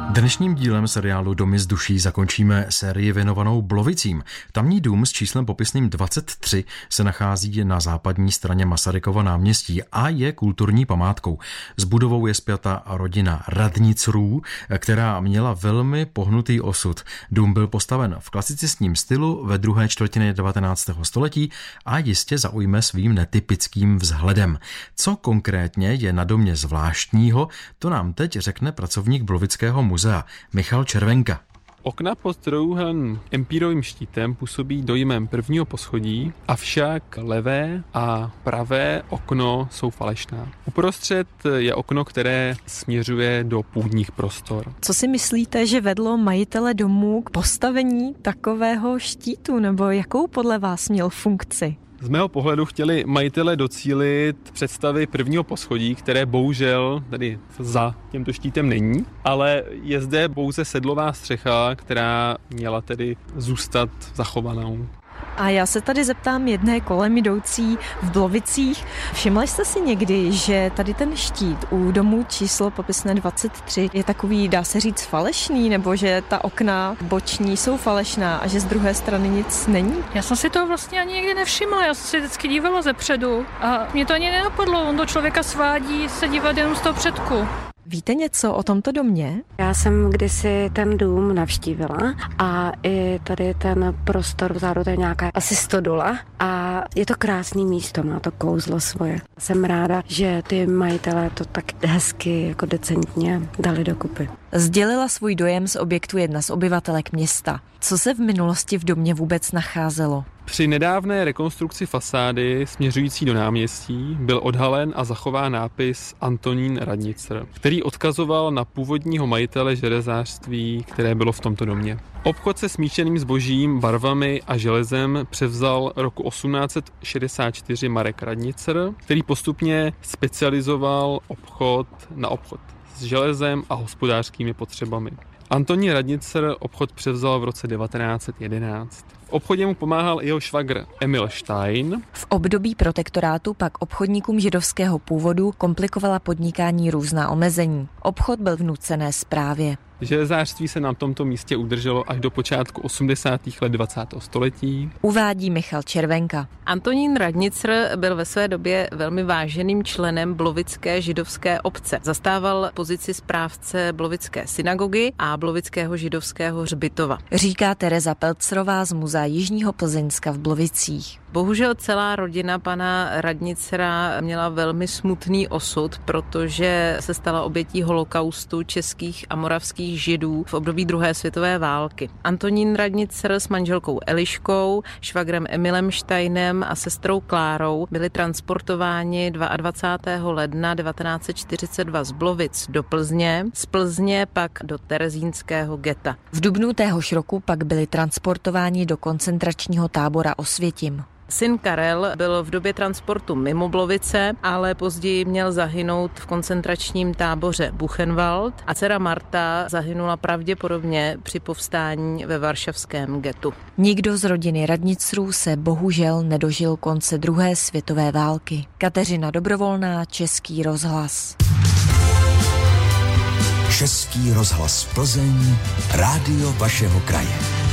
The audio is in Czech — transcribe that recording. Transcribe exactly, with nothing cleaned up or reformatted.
Dnešním dílem seriálu Domy z duší zakončíme sérii věnovanou Blovicím. Tamní dům s číslem popisným dvacet tři se nachází na západní straně Masarykova náměstí a je kulturní památkou. S budovou je spjata rodina Radnicrů, která měla velmi pohnutý osud. Dům byl postaven v klasicistním stylu ve druhé čtvrtině devatenáctého století a jistě zaujme svým netypickým vzhledem. Co konkrétně je na domě zvláštního, to nám teď řekne pracovník Blovického muzea Michal Červenka. Okna pod trojúhelným empírovým štítem působí dojmem prvního poschodí, avšak levé a pravé okno jsou falešná. Uprostřed je okno, které směřuje do půdních prostor. Co si myslíte, že vedlo majitele domu k postavení takového štítu, nebo jakou podle vás měl funkci? Z mého pohledu chtěli majitele docílit představy prvního poschodí, které bohužel tady za tímto štítem není, ale je zde pouze sedlová střecha, která měla tedy zůstat zachovanou. A já se tady zeptám jedné kolem jdoucí v Blovicích. Všimli jste si někdy, že tady ten štít u domu číslo popisné dvacet tři je takový, dá se říct, falešný, nebo že ta okna boční jsou falešná a že z druhé strany nic není? Já jsem si toho vlastně ani nikdy nevšimla, já jsem si vždycky dívala zepředu a mě to ani nenapadlo, on do člověka svádí se dívat jenom z toho předku. Víte něco o tomto domě? Já jsem kdysi ten dům navštívila a i tady ten prostor vzadu, to je nějaká asi stodola a je to krásný místo, má to kouzlo svoje. Jsem ráda, že ty majitelé to tak hezky, jako decentně dali dokupy. Sdělila svůj dojem z objektu jedna z obyvatelek města. Co se v minulosti v domě vůbec nacházelo? Při nedávné rekonstrukci fasády směřující do náměstí byl odhalen a zachován nápis Antonín Radnicr, který odkazoval na původního majitele železářství, které bylo v tomto domě. Obchod se smíšeným zbožím, barvami a železem převzal roku osmnáct set šedesát čtyři Marek Radnicr, který postupně specializoval obchod na obchod s železem a hospodářskými potřebami. Antonín Radnicr obchod převzal v roce devatenáct set jedenáct. V obchodě mu pomáhal jeho švagr Emil Stein. V období protektorátu pak obchodníkům židovského původu komplikovala podnikání různá omezení. Obchod byl v nucené správě. Železářství se na tomto místě udrželo až do počátku osmdesátých let dvacátého století. Uvádí Michal Červenka. Antonín Radnicr byl ve své době velmi váženým členem Blovické židovské obce. Zastával pozici správce Blovické synagogy a Blovického židovského hřbitova. Říká Tereza Pelcrová z Muzea Jižního Plzeňska v Blovicích. Bohužel celá rodina pana Radnicra měla velmi smutný osud, protože se stala obětí holokaustu českých a moravských židů v období druhé světové války. Antonín Radnicr s manželkou Eliškou, švagrem Emilem Steinem a sestrou Klárou byli transportováni dvacátého druhého ledna devatenáct set čtyřicet dva z Blovic do Plzně, z Plzně pak do terezínského geta. V dubnu téhož roku pak byli transportováni do koncentračního tábora Osvětim. Syn Karel byl v době transportu mimo Blovice, ale později měl zahynout v koncentračním táboře Buchenwald a dcera Marta zahynula pravděpodobně při povstání ve varšavském getu. Nikdo z rodiny Radnicrů se bohužel nedožil konce druhé světové války. Kateřina Dobrovolná, Český rozhlas. Český rozhlas Plzeň, rádio vašeho kraje.